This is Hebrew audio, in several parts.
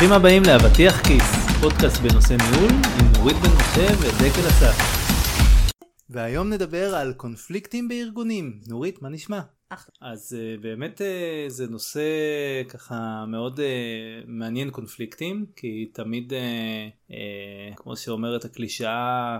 ברוכים הבאים לאבטיח כיס, פודקאסט בנושא ניהול עם נורית בן משה ודקל אסף. והיום נדבר על קונפליקטים בארגונים. נורית, מה נשמע? אז באמת זה נושא ככה מאוד מעניין קונפליקטים, כי תמיד כמו שאומרת הקלישאה,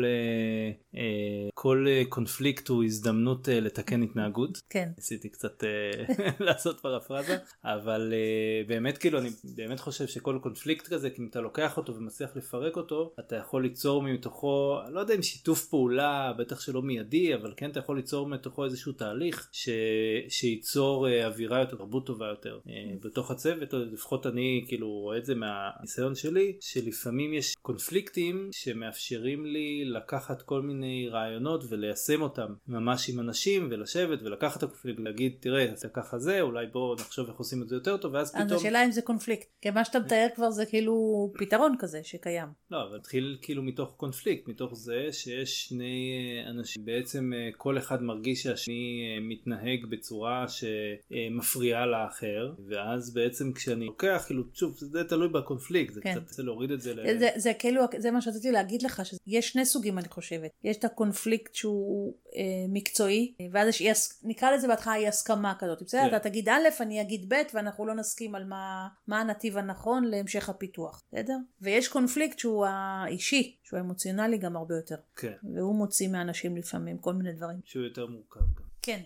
כל קונפליקט הוא הזדמנות לתקן התנהגות. כן. ניסיתי קצת לעשות פרפרזה, אבל באמת כאילו אני באמת חושב שכל קונפליקט כזה, אם אתה לוקח אותו ומצליח לפרק אותו, אתה יכול ליצור מתוכו, לא יודע אם שיתוף פעולה, בטח שלא מיידי, אבל כן אתה יכול ליצור מתוכו איזשהו תהליך שייצור אווירה יותר, תרבות טובה יותר בתוך הצוות. לפחות אני כאילו רואה את זה מהניסיון שלי, שלפעמים יש קונפליקטים שמאפשרים לי לקחת כל מיני רעיונות וליישם אותם ממש עם אנשים, ולשבת ולקחת את הקונפליקט ולהגיד תראה זה ככה זה, אולי בוא נחשוב איך עושים את זה יותר טוב, ואז פתאום... אז השאלה אם זה קונפליקט, כי מה שאתה מתאר כבר זה כאילו פתרון כזה שקיים. לא, אבל התחיל כאילו מתוך קונפליקט, מתוך זה שיש שני אנשים, בעצם כל אחד מרגיש שהשני מתנהג בצורה שמפריעה לאחר, ואז בעצם כשאני לוקח, כאילו, שוב, זה תלוי בקונפליקט, זה קצת צריך להוריד את זה. זה כאילו, זה מה שרציתי להגיד לך, שיש שני סוגים אני חושבת. יש את הקונפליקט שהוא מקצועי, ואז יש, נקרא לזה בהתחלה היא הסכמה כזאת. בסדר, אתה תגיד א', אני אגיד ב', ואנחנו לא נסכים על מה הנתיב הנכון להמשך הפיתוח. בסדר? ויש קונפליקט שהוא האישי, שהוא אמוציונלי גם הרבה יותר. כן. והוא מוציא מאנשים לפעמים כל מיני דברים. שהוא יותר מורכב גם. כן,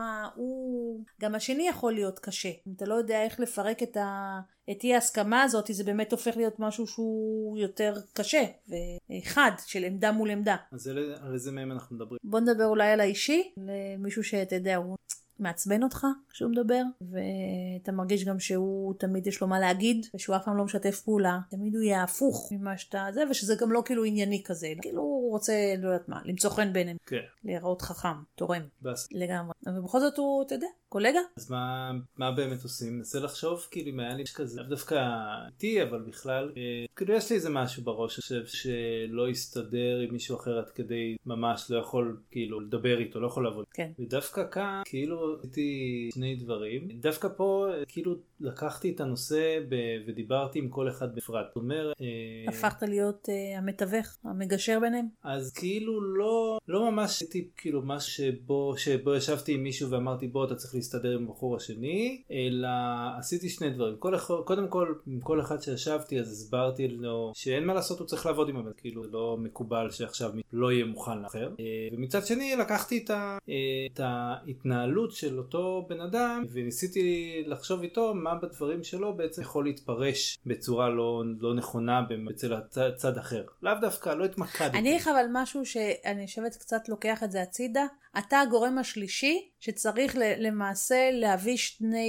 גם השני יכול להיות קשה. אם אתה לא יודע איך לפרק את אי ההסכמה הזאת, זה באמת הופך להיות משהו שהוא יותר קשה, ואחד של עמדה מול עמדה. אז על איזה מהם אנחנו מדברים? בוא נדבר אולי על האישי, למישהו שאתה יודע, הוא מעצבן אותך כשהוא מדבר, ואתה מרגיש גם שהוא תמיד יש לו מה להגיד, ושהוא אף פעם לא משתף פעולה, תמיד הוא יהיה הפוך ממה שאתה זה, ושזה גם לא כאילו ענייני כזה, כאילו הוא רוצה, לא יודעת מה, למצוא חן ביניהם, להיראות חכם, תורם, לגמרי, ובכל זאת הוא, אתה יודע, קולגה. אז מה באמת עושים? נסה לחשוב, כאילו אם היה לי כזה, דווקא איתי, אבל בכלל, כאילו יש לי איזה משהו בראש, חושב שלא יסתדר עם מישהו אחר עד כדי ממש לא יכול כאילו לדבר איתו, לא יכול לעבוד. כן. ודווקא כאן, כאילו עשיתי שני דברים. דווקא פה, כאילו לקחתי את הנושא ודיברתי עם כל אחד בפרט. זאת אומרת... הפכת להיות המתווך, המגשר ביניהם? אז כאילו לא ממש הייתי כאילו משהו שבו ישבתי עם מישהו ואמרתי בוא אתה צריך להסתדר עם בחור השני, אלא עשיתי שני דברים. קודם כל, עם כל אחד שישבתי אז הסברתי לו שאין מה לעשות, הוא צריך לעבוד עם הבן. כאילו זה לא מקובל שעכשיו לא יהיה מוכן לאחר. ומצד שני לקחתי את ההתנהלות של אותו בן אדם וניסיתי לחשוב איתו מה בדברים שלו בעצם יכול להתפרש בצורה לא נכונה אצל הצד אחר. לאו דווקא, לא התמקדתי. אני איך אבל משהו שאני חושבת קצת לוקח את זה הצידה. אתה הגורם השלישי שצריך למעשה להביא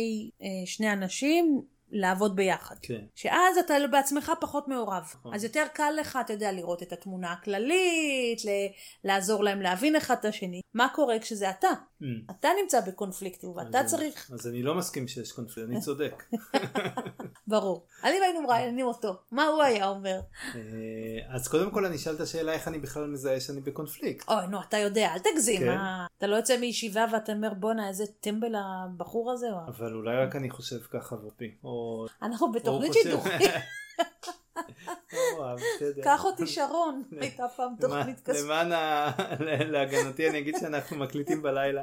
שני אנשים לעבוד ביחד. כן. שאז אתה בעצמך פחות מעורב. נכון. אז יותר קל לך, אתה יודע, לראות את התמונה הכללית, לעזור להם להבין אחד את השני. מה קורה כשזה אתה? אתה נמצא בקונפליקט, ואתה צריך... אז אני לא מסכים שיש קונפליקט, אני צודק. ברור. אני היינו מראיינים אותו. מה הוא היה אומר? אז קודם כל אני אשאל את השאלה איך אני בכלל מזהה שאני בקונפליקט. אוי, נו, אתה יודע, אל תגזים. כן. אתה לא יוצא מישיבה ואתה אומר, בונה, איזה טמבל הבחור הזה. אבל אולי רק אני חושב ככה ופי. אנחנו בתוכנית שידוכים. קח אותי שרון, הייתה פעם תוכנית כזאת. למען להגנתי אני אגיד שאנחנו מקליטים בלילה.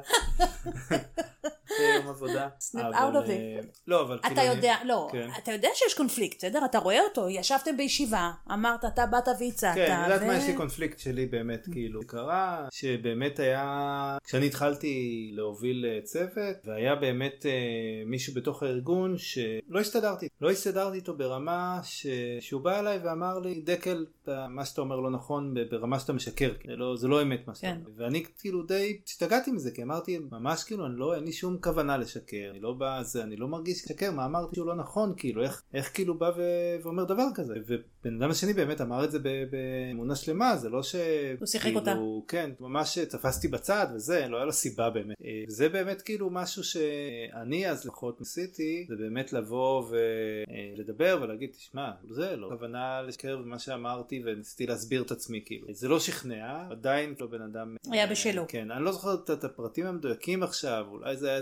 יום עבודה. לא, אבל אתה יודע שיש קונפליקט, בסדר? אתה רואה אותו, ישבתם בישיבה, אמרת, אתה באת והצעת. כן, אני יודעת מה יש לי קונפליקט שלי באמת, כאילו, קרה שבאמת היה, כשאני התחלתי להוביל צוות, והיה באמת מישהו בתוך הארגון שלא הסתדרתי. לא הסתדרתי איתו ברמה שהוא בא אליי ואמר לי, דקל, מה שאתה אומר לא נכון, ברמה שאתה משקר, זה לא אמת מה שאתה אומר. ואני כאילו די השתגעתי מזה, כי אמרתי, ממש כאילו, אין לי שום כוונה לשקר, אני לא מרגיש שקר, מה אמרתי שהוא לא נכון, כאילו, איך כאילו בא ואומר דבר כזה, ובן אדם השני באמת אמר את זה באמונה שלמה, זה לא ש... הוא שיחק אותה. כן, ממש תפסתי בצד וזה, לא היה לו סיבה באמת. זה באמת כאילו משהו שאני אז לפחות ניסיתי, זה באמת לבוא ולדבר ולהגיד, תשמע, זה לא כוונה לשקר במה שאמרתי וניסיתי להסביר את עצמי, כאילו. זה לא שכנע, עדיין לא בן אדם... היה בשלו. כן, אני לא זוכר את הפרטים המדויקים עכשיו, אולי זה היה איזה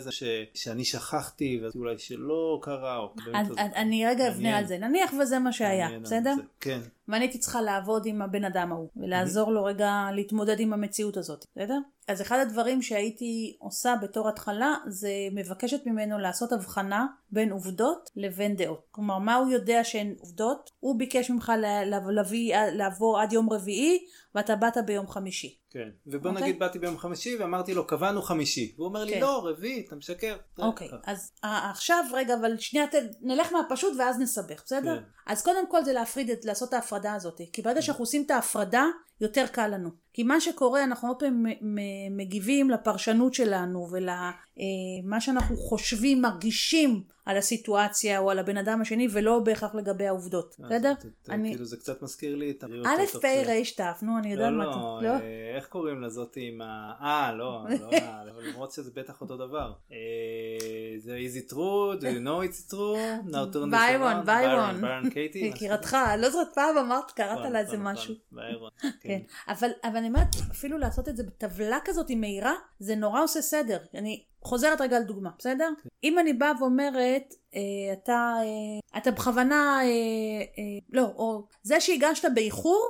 שאני שכחתי ואולי שלא קרה. אני רגע אבנה על זה, נניח וזה מה שהיה, בסדר? כן. ואני הייתי צריכה לעבוד עם הבן אדם ההוא, ולעזור לו רגע להתמודד עם המציאות הזאת, בסדר? אז אחד הדברים שהייתי עושה בתור התחלה, זה מבקשת ממנו לעשות הבחנה בין עובדות לבין דעות. כלומר, מה הוא יודע שהן עובדות? הוא ביקש ממך לעבור עד יום רביעי, ואתה באת ביום חמישי. כן, ובוא נגיד באתי ביום חמישי ואמרתי לו קבענו חמישי, והוא אומר לי לא רביעי, אתה משקר. אוקיי, אז עכשיו רגע, אבל שנייה נלך מהפשוט ואז נסבך, בסדר? אז קודם כל זה לעשות את ההפרדה הזאת, כי ברגע שאנחנו עושים את ההפרדה, יותר קל לנו. כי מה שקורה, אנחנו עוד פעם מגיבים לפרשנות שלנו ולמה שאנחנו חושבים, מרגישים על הסיטואציה או על הבן אדם השני, ולא בהכרח לגבי העובדות. בסדר? כאילו זה קצת מזכיר לי את הריאות. א' פ' ר' ת', נו, אני יודעת מה אתה... לא, איך קוראים לזאת עם לא, למרות שזה בטח אותו דבר. זה is it true? Do you know it's true? Now turn this around. ביירון, יקירתך, לא זאת פעם אמרת, קראת לה איזה משהו. ביירון, כן. אבל אני אומרת, אפילו לעשות את זה בטבלה כזאת עם מהירה, זה נורא עושה סדר. אני חוזרת רגע על דוגמה, בסדר? אם אני באה ואומרת, אתה בכוונה, לא, או זה שהגשת באיחור,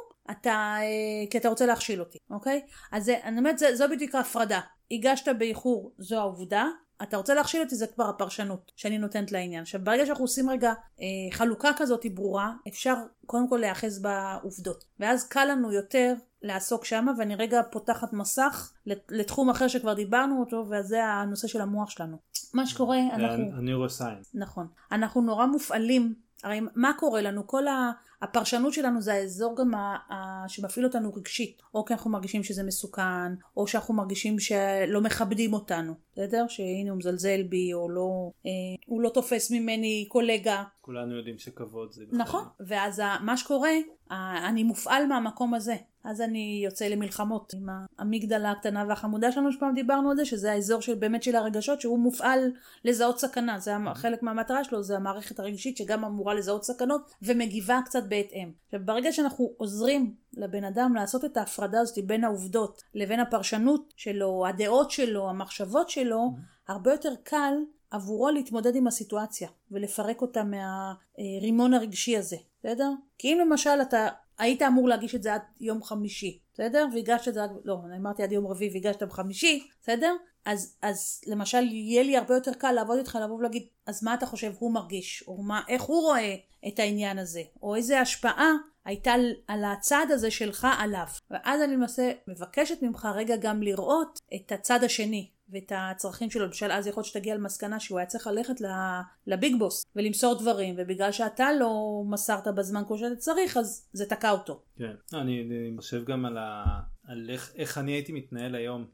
כי אתה רוצה להכשיל אותי, אוקיי? אז אני אומרת, זו בדיוק ההפרדה. הגשת באיחור, זו העובדה. אתה רוצה להכשיל אותי, זה כבר הפרשנות שאני נותנת לעניין. עכשיו, ברגע שאנחנו עושים רגע חלוקה כזאת ברורה, אפשר קודם כל להיאחז בעובדות. ואז קל לנו יותר לעסוק שמה, ואני רגע פותחת מסך לתחום אחר שכבר דיברנו אותו, וזה הנושא של המוח שלנו. מה שקורה, אנחנו... הנוירוסיינס. נכון. אנחנו נורא מופעלים, הרי מה קורה לנו? כל הפרשנות שלנו זה האזור גם שמפעיל אותנו רגשית, או כי אנחנו מרגישים שזה מסוכן, או שאנחנו מרגישים שלא מכבדים אותנו, בסדר? שהנה הוא מזלזל בי, או לא, הוא לא תופס ממני קולגה. כולנו יודעים שכבוד זה... נכון, ואז מה שקורה, אני מופעל מהמקום הזה. אז אני יוצא למלחמות עם המגדלה הקטנה והחמודה שלנו שפעם דיברנו על זה, שזה האזור באמת של הרגשות, שהוא מופעל לזהות סכנה. זה חלק מהמטרה שלו, זה המערכת הרגשית שגם אמורה לזהות סכנות ומגיבה קצת בהתאם. עכשיו, ברגע שאנחנו עוזרים לבן אדם לעשות את ההפרדה הזאת בין העובדות לבין הפרשנות שלו, הדעות שלו, המחשבות שלו, הרבה יותר קל עבורו להתמודד עם הסיטואציה ולפרק אותה מהרימון הרגשי הזה. בסדר? כי אם למשל אתה היית אמור להגיש את זה עד יום חמישי, בסדר? והגשת את זה, לא, אני אמרתי עד יום רביעי והגשת בחמישי, בסדר? אז למשל יהיה לי הרבה יותר קל לעבוד איתך, לבוא ולהגיד, אז מה אתה חושב הוא מרגיש? או איך הוא רואה את העניין הזה? או איזה השפעה הייתה על הצד הזה שלך עליו? ואז אני למעשה מבקשת ממך רגע גם לראות את הצד השני. ואת הצרכים שלו, למשל אז יכול להיות שתגיע למסקנה שהוא היה צריך ללכת לביג בוס ולמסור דברים, ובגלל שאתה לא מסרת בזמן כמו שאתה צריך, אז זה תקע אותו. כן, אני חושב גם על איך אני הייתי מתנהל היום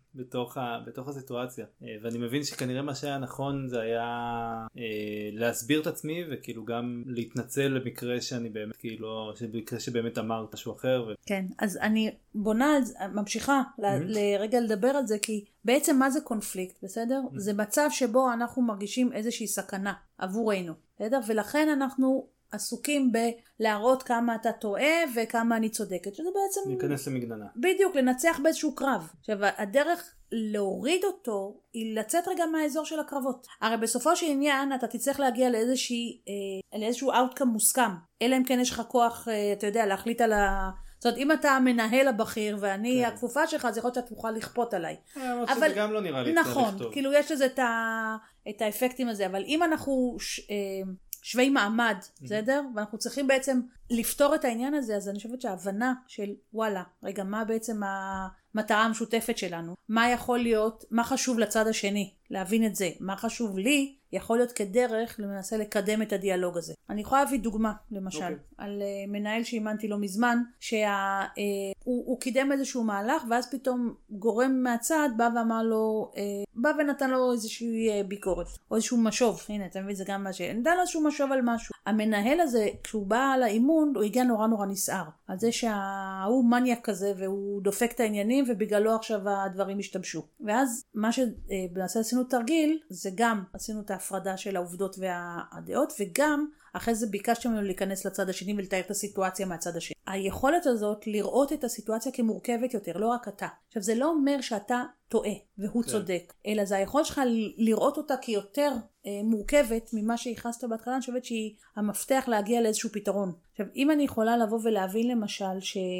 בתוך הסיטואציה, ואני מבין שכנראה מה שהיה נכון זה היה להסביר את עצמי, וכאילו גם להתנצל למקרה שאני באמת כאילו, במקרה שבאמת אמרת משהו אחר. כן, אז אני בונה, ממשיכה לרגע לדבר על זה, כי בעצם מה זה קונפליקט, בסדר? זה מצב שבו אנחנו מרגישים איזושהי סכנה עבורנו, בסדר? ולכן אנחנו עסוקים בלהראות כמה אתה טועה וכמה אני צודקת, שזה בעצם... להיכנס למגננה. בדיוק, לנצח באיזשהו קרב. עכשיו, הדרך להוריד אותו היא לצאת רגע מהאזור של הקרבות. הרי בסופו של עניין אתה תצטרך להגיע לאיזשהו outcome מוסכם. אלא אם כן יש לך כוח, אתה יודע, להחליט על זאת אומרת, אם אתה המנהל הבכיר ואני הכפופה שלך, אז יכול להיות שאת תוכל לכפות עליי. אבל זה גם לא נראה לי נכון, כאילו יש לזה את האפקטים הזה, אבל אם אנחנו שווי מעמד, בסדר? ואנחנו צריכים בעצם לפתור את העניין הזה, אז אני חושבת שההבנה של וואלה, רגע, מה בעצם המטרה המשותפת שלנו? מה יכול להיות, מה חשוב לצד השני? להבין את זה. מה חשוב לי, יכול להיות כדרך למנסה לקדם את הדיאלוג הזה. אני יכולה להביא דוגמה, למשל, על מנהל שאימנתי לו מזמן, שהוא קידם איזשהו מהלך, ואז פתאום גורם מהצד בא ואמר לו, בא ונתן לו איזושהי ביקורת, או איזשהו משוב. הנה, אתה מבין, זה גם מה נתן לו איזשהו משוב על משהו. המנהל הזה, כשהוא בא לאימון, הוא הגיע נורא נסער. על זה שהוא מניאק כזה, והוא דופק את העניינים, ובגללו עכשיו הדברים השתמשו. ואז מה שבנעשה עשינו תרגיל, זה גם עשינו את ההפרדה של העובדות והדעות, וגם אחרי זה ביקשתם לנו להיכנס לצד השני ולתאר את הסיטואציה מהצד השני. היכולת הזאת לראות את הסיטואציה כמורכבת יותר, לא רק אתה. עכשיו זה לא אומר שאתה טועה והוא צודק, אלא זה היכולת שלך לראות אותה כיותר מורכבת ממה שהכנסת בהתחלה. אני חושבת שהיא המפתח להגיע לאיזשהו פתרון. עכשיו, אם אני יכולה לבוא ולהבין למשל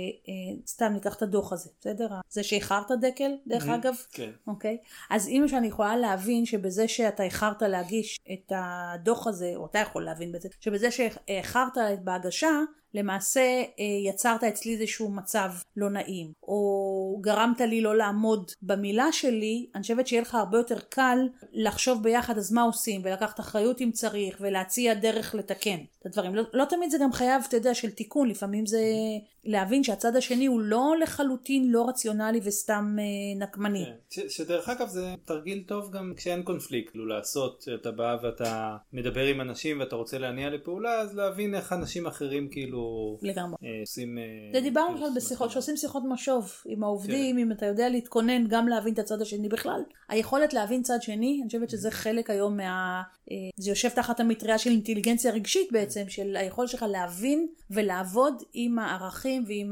סתם ניקח את הדוח הזה, בסדר? זה שאיחרת דקל, דרך אגב, אוקיי? אז אם שאני יכולה להבין שבזה שאתה איחרת להגיש את הדוח הזה, או אתה יכול להבין בזה, שבזה שאיחרת בהגשה, למעשה יצרת אצלי איזשהו מצב לא נעים, או גרמת לי לא לעמוד במילה שלי, אני חושבת שיהיה לך הרבה יותר קל לחשוב ביחד אז מה עושים, ולקחת אחריות אם צריך, ולהציע דרך לתקן את הדברים. לא תמיד זה גם חייב, אתה יודע, של תיקון, לפעמים זה להבין שהצד השני הוא לא לחלוטין לא רציונלי וסתם נקמני. שדרך אגב זה תרגיל טוב גם כשאין קונפליקט, כאילו לעשות, אתה בא ואתה מדבר עם אנשים ואתה רוצה להניע לפעולה, אז להבין איך אנשים אחרים כאילו לגמרי. עושים... זה דיברנו בכלל בשיחות, שעושים שיחות משוב עם העובדים, אם אתה יודע להתכונן גם להבין את הצד השני בכלל. היכולת להבין צד שני, אני חושבת שזה חלק היום זה יושב תחת המטריה של אינטליגנציה רגשית בעצם, של היכולת שלך להבין ולעבוד עם הערכים ועם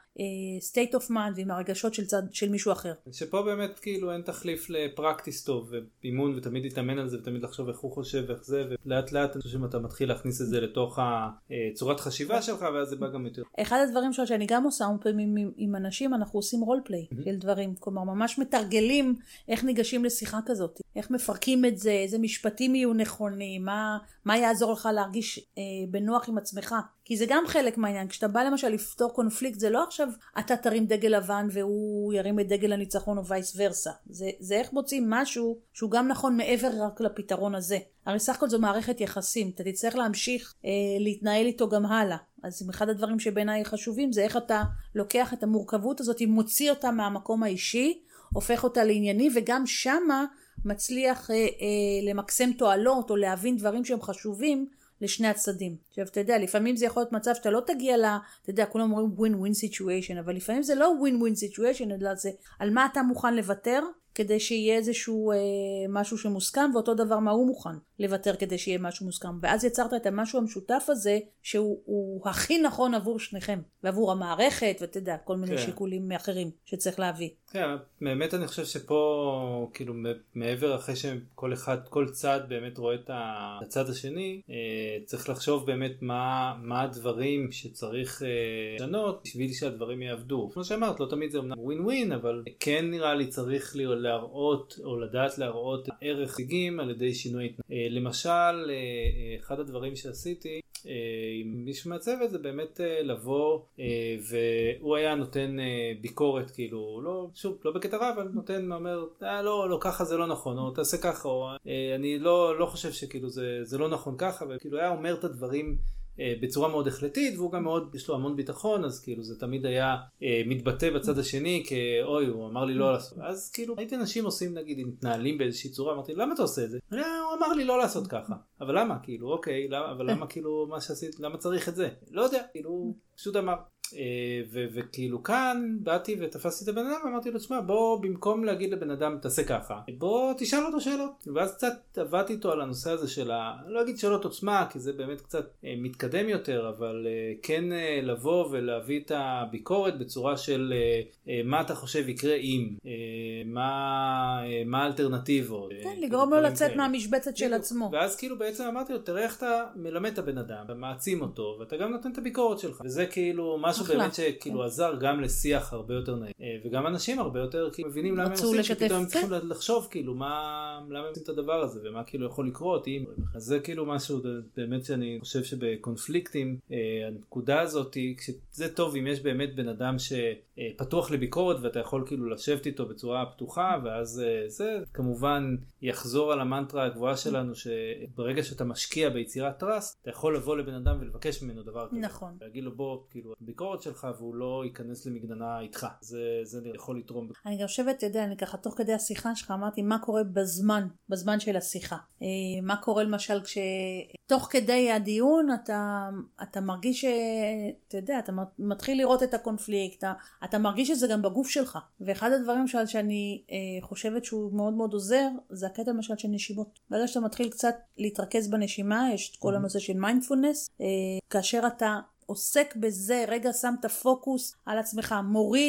state of mind ועם הרגשות של מישהו אחר. שפה באמת כאילו אין תחליף לפרקטיס טוב ואימון, ותמיד להתאמן על זה ותמיד לחשוב איך הוא חושב ואיך זה, ולאט לאט אני חושב שאתה מתחיל להכניס את זה לתוך צורת חשיבה שלך, ואז זה בא גם יותר. אחד הדברים שאני גם עושה עם אנשים, אנחנו עושים רול פליי של דברים, כלומר ממש מתרגלים איך ניגשים לשיחה כזאת, איך מפרקים את זה, איזה משפטים יהיו נכונים, מה יעזור לך להרגיש בנוח עם עצמך. כי זה גם חלק מהעניין. כשאתה בא למשל לפתור קונפליקט, זה לא עכשיו אתה תרים דגל לבן והוא ירים את דגל הניצחון או וייס ורסה. זה איך מוצאים משהו שהוא גם נכון מעבר רק לפתרון הזה. הרי סך הכל זו מערכת יחסים. אתה תצטרך להמשיך להתנהל איתו גם הלאה. אז אחד הדברים שבעיניי חשובים זה איך אתה לוקח את המורכבות הזאת, מוציא אותה מהמקום האישי, הופך אותה לענייני, וגם שמה מצליח למקסם תועלות או להבין דברים שהם חשובים לשני הצדדים. עכשיו, אתה יודע, לפעמים זה יכול להיות מצב שאתה לא תגיע אתה יודע, כולם אומרים win-win situation, אבל לפעמים זה לא win-win situation, אלא זה על מה אתה מוכן לוותר, כדי שיהיה איזשהו משהו שמוסכם, ואותו דבר מה הוא מוכן לוותר כדי שיהיה משהו מוסכם. ואז יצרת את המשהו המשותף הזה, שהוא הכי נכון עבור שניכם, ועבור המערכת, ואתה יודע, כל מיני שיקולים אחרים שצריך להביא. כן, באמת אני חושב שפה, כאילו, מעבר אחרי שכל אחד, כל צד באמת רואה את הצד השני, צריך לחשוב באמת מה הדברים שצריך לשנות, בשביל שהדברים יעבדו. כמו שאמרת, לא תמיד זה אומנם ווין-ווין, אבל כן נראה לי צריך להראות, או לדעת להראות ערך הישגים על ידי שינוי. למשל, אחד הדברים שעשיתי עם מישהו מהצוות זה באמת לבוא והוא היה נותן ביקורת, כאילו לא בקטע רע, אבל נותן, אומר לא ככה זה לא נכון, או תעשה ככה, או אני לא חושב שכאילו זה לא נכון ככה, וכאילו היה אומר את הדברים בצורה מאוד החלטית, והוא גם מאוד, יש לו המון ביטחון, אז כאילו זה תמיד היה מתבטא בצד השני כאוי, הוא אמר לי לא לעשות. אז כאילו הייתי אנשים עושים, נגיד, מתנהלים באיזושהי צורה, אמרתי, למה אתה עושה את זה? הוא אמר לי לא לעשות ככה. אבל למה? כאילו, אוקיי, אבל למה כאילו מה שעשית, למה צריך את זה? לא יודע, כאילו, פשוט אמר. וכאילו כאן באתי ותפסתי את הבן אדם ואמרתי לו, תשמע, בוא במקום להגיד לבן אדם תעשה ככה, בוא תשאל אותו שאלות. ואז קצת עבדתי איתו על הנושא הזה של לא אגיד שאלות עוצמה, כי זה באמת קצת מתקדם יותר, אבל כן לבוא ולהביא את הביקורת בצורה של מה אתה חושב יקרה אם, מה האלטרנטיבות. כן, לגרום לו לצאת מהמשבצת של עצמו. ואז כאילו בעצם אמרתי לו, תראה איך אתה מלמד את הבן אדם ומעצים אותו, ואתה גם נותן את הביקורת שלך. וזה כאילו משהו באמת שכאילו עזר גם לשיח הרבה יותר נעים, וגם אנשים הרבה יותר כאילו מבינים למה הם עושים, שפתאום הם צריכים לחשוב כאילו למה הם עושים את הדבר הזה, ומה כאילו יכול לקרות. אז זה כאילו משהו באמת שאני חושב שבקונפליקטים הנקודה הזאת, זה טוב אם יש באמת בן אדם שפתוח לביקורת ואתה יכול כאילו לשבת איתו בצורה פתוחה, ואז זה כמובן יחזור על המנטרה הגבוהה שלנו, שברגע שאתה משקיע ביצירת טראסט, אתה יכול לבוא לבן אדם ולבקש ממנו דבר כזה. נכון. להגיד לו בוא כאילו ביקורת שלך, והוא לא ייכנס למגננה איתך. זה יכול לתרום. אני גם חושבת, אתה יודע, אני ככה תוך כדי השיחה שלך אמרתי מה קורה בזמן של השיחה. מה קורה למשל תוך כדי הדיון אתה מרגיש אתה יודע, אתה מתחיל לראות את הקונפליקט, אתה מרגיש את זה גם בגוף שלך. ואחד הדברים שאני חושבת שהוא מאוד מאוד עוזר, זה הקטע למשל של נשימות. ברגע שאתה מתחיל קצת להתרכז בנשימה, יש את כל הנושא של מיינדפולנס, כאשר אתה עוסק בזה, רגע שם את הפוקוס על עצמך, מוריד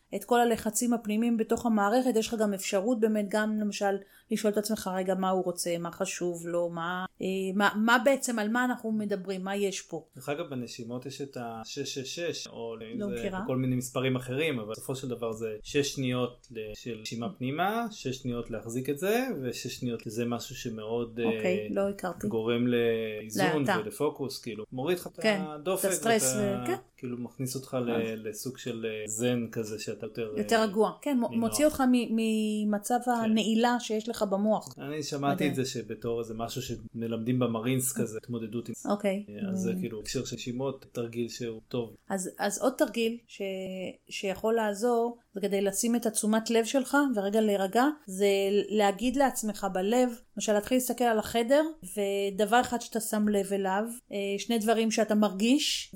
את כל הלחצים הפנימיים בתוך המערכת, יש לך גם אפשרות באמת גם למשל לשאול את עצמך רגע מה הוא רוצה, מה חשוב לו, מה בעצם, על מה אנחנו מדברים, מה יש פה. דרך אגב, בנשימות יש את ה-666, או זה כל מיני מספרים אחרים, אבל בסופו של דבר זה 6 שניות של נשימה פנימה, 6 שניות להחזיק את זה, ו6 שניות זה משהו שמאוד לא הכרתי. גורם לאיזון ולפוקוס, כאילו מוריד לך את הדופק, כאילו מכניס אותך לסוג של זן כזה שאתה יותר רגוע. כן, מוציא אותך ממצב הנעילה שיש לך במוח. אני שמעתי את זה שבתור איזה משהו שמלמדים במרינס כזה, התמודדות עם זה. אז זה כאילו הקשר של נשימות, תרגיל שהוא טוב. אז עוד תרגיל שיכול לעזור, זה כדי לשים את התשומת לב שלך ורגע להירגע, זה להגיד לעצמך בלב, למשל להתחיל להסתכל על החדר, ודבר אחד שאתה שם לב אליו, 2 דברים שאתה מרגיש,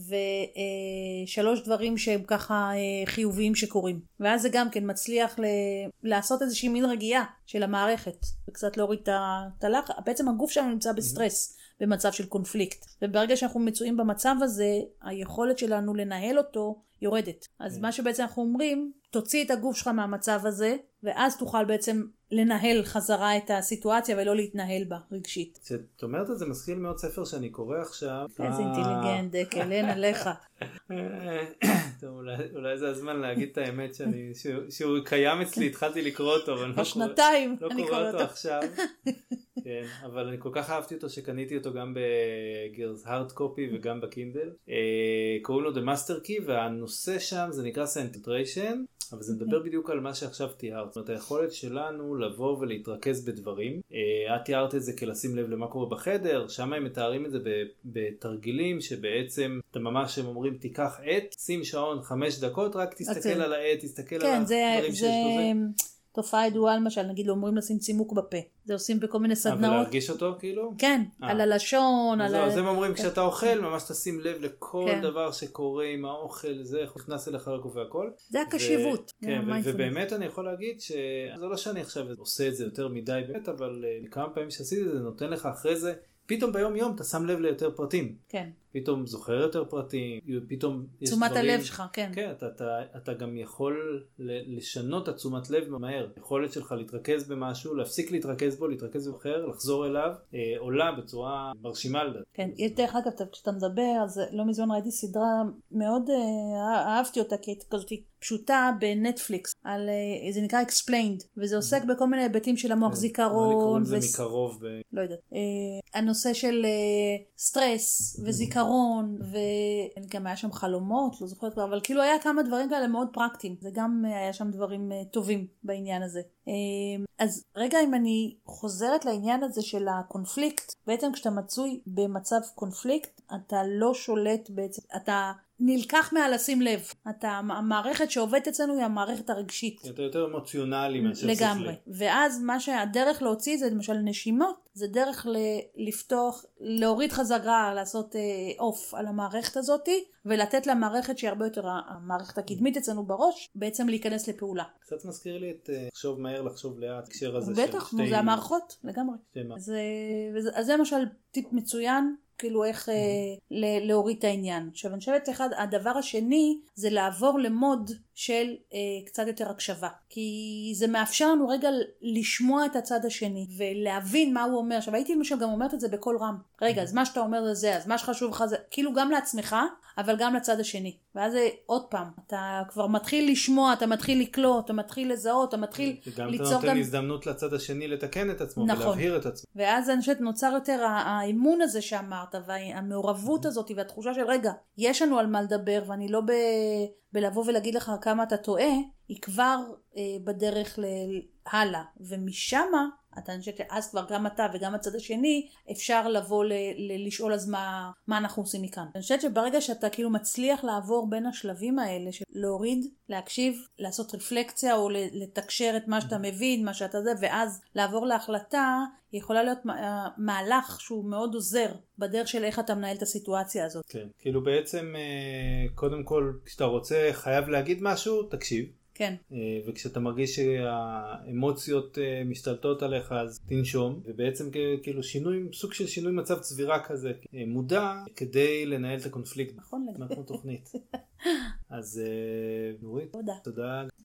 ו3 דברים שהם ככה חיוביים שקורים. ואז זה גם כן מצליח לעשות איזושהי מין רגיעה של המערכת, וקצת להוריד את הלחץ. בעצם הגוף שלנו נמצא בסטרס, במצב של קונפליקט. וברגע שאנחנו מצויים במצב הזה, היכולת שלנו לנהל אותו יורדת. אז מה שבעצם אנחנו אומרים, תוציא את הגוף שלך מהמצב הזה, ואז תוכל בעצם לנהל חזרה את הסיטואציה ולא להתנהל בה רגשית. כשאת אומרת את זה מזכיר מאוד ספר שאני קורא עכשיו. איזה אינטליגנט, דקל, אין עליך. טוב, אולי זה הזמן להגיד את האמת שהוא קיים אצלי, התחלתי לקרוא אותו, אבל לא קורא אותו עכשיו. כן, אבל אני כל כך אהבתי אותו שקניתי אותו גם בגרס הארד קופי וגם בקינדל. קוראים לו The Master Key, והנושא שם זה נקרא Concentration, אבל זה מדבר בדיוק על מה שעכשיו תיארת. זאת אומרת, היכולת שלנו לבוא ולהתרכז בדברים. את תיארת את זה כלשים לב למה קורה בחדר, שם הם מתארים את זה בתרגילים שבעצם, אתה ממש הם אומרים, תיקח עת, שים שעון 5 דקות, רק תסתכל על העת, תסתכל על הדברים שיש בזה. תופעה ידועה למשל, נגיד לא אומרים לשים צימוק בפה. זה עושים בכל מיני סדנאות. אבל להרגיש אותו כאילו? כן, על הלשון. אז הם אומרים כשאתה אוכל, ממש תשים לב לכל דבר שקורה עם האוכל, זה נכנס אליך לגוף והכל. זה הקשיבות. כן, ובאמת אני יכול להגיד שזה לא שאני עכשיו עושה את זה יותר מדי באמת, אבל כמה פעמים שעשיתי את זה, נותן לך אחרי זה, פתאום ביום יום אתה שם לב ליותר פרטים. כן. פתאום זוכר יותר פרטים, פתאום יש דברים... תשומת הלב שלך, כן. כן, אתה גם יכול לשנות את תשומת לב מהר. יכולת שלך להתרכז במשהו, להפסיק להתרכז בו, להתרכז באחר, לחזור אליו, עולה בצורה מרשימה לדעת. כן, דרך אגב, כשאתה מדבר, אז לא מזמן ראיתי סדרה מאוד, אהבתי אותה, כי הייתה כזאת פשוטה בנטפליקס, זה נקרא Explained, וזה עוסק בכל מיני היבטים של המוח זיכרון. קוראים לזה מקרוב. לא יודעת. הנושא של סטרס וזיכרון, וגם היה שם חלומות, לא זוכרת, אבל כאילו היה כמה דברים כאלה מאוד פרקטיים, זה גם היה שם דברים טובים בעניין הזה. אז רגע, אם אני חוזרת לעניין הזה של הקונפליקט, בעצם כשאתה מצוי במצב קונפליקט, אתה לא שולט בעצם, אתה נלקח לשים לב. המערכת שעובדת אצלנו היא המערכת הרגשית. אתה יותר אמוציונלי מאשר שכלי. לגמרי. ואז מה שהדרך להוציא זה למשל נשימות, זה דרך לפתוח, להוריד חזרה, לעשות אוף על המערכת הזאת, ולתת למערכת שהיא הרבה יותר המערכת הקדמית אצלנו בראש, בעצם להיכנס לפעולה. קצת מזכיר לי את לחשוב מהר, לחשוב לאט, הקשר הזה בטח, זה המערכות, לגמרי. אז זה למשל טיפ מצוין, כאילו איך להוריד את העניין. עכשיו אני חושבת אחד, הדבר השני זה לעבור למוד של קצת יותר הקשבה. כי זה מאפשר לנו רגע לשמוע את הצד השני ולהבין מה הוא אומר. עכשיו הייתי למשל גם אומרת את זה בכל רם. רגע, אז מה שאתה אומר זה, אז מה שחשוב לך זה, כאילו גם לעצמך, אבל גם לצד השני. ואז זה עוד פעם, אתה כבר מתחיל לשמוע, אתה מתחיל לקלוט, אתה מתחיל לזהות, אתה מתחיל ליצור גם... וגם אתה נותן הזדמנות לצד השני לתקן את עצמו, נכון. ולהבהיר את עצמו. ואז אני חושבת נוצר יותר האמון הזה שאמרת, והמעורבות הזאת, והתחושה של רגע, יש לנו על מה לדבר, ואני לא בלבוא ולהגיד לך כמה אתה טועה, היא כבר בדרך הלאה. ומשם, אתה חושבת שאז כבר גם אתה וגם הצד השני, אפשר לבוא לשאול אז מה אנחנו עושים מכאן. אני חושבת שברגע שאתה כאילו מצליח לעבור בין השלבים האלה, של להוריד, להקשיב, לעשות רפלקציה, או לתקשר את מה שאתה מבין, מה שאתה זה, ואז לעבור להחלטה, יכולה להיות מהלך שהוא מאוד עוזר בדרך של איך אתה מנהל את הסיטואציה הזאת. כן, כאילו בעצם קודם כל כשאתה רוצה חייב להגיד משהו, תקשיב. כן. וכשאתה מרגיש שהאמוציות משתלטות עליך אז תנשום, ובעצם כאילו שינוי, סוג של שינוי מצב צבירה כזה, מודע כדי לנהל את הקונפליקט. נכון לגמרי. כמו תוכנית. אז נורית, תודה. תודה.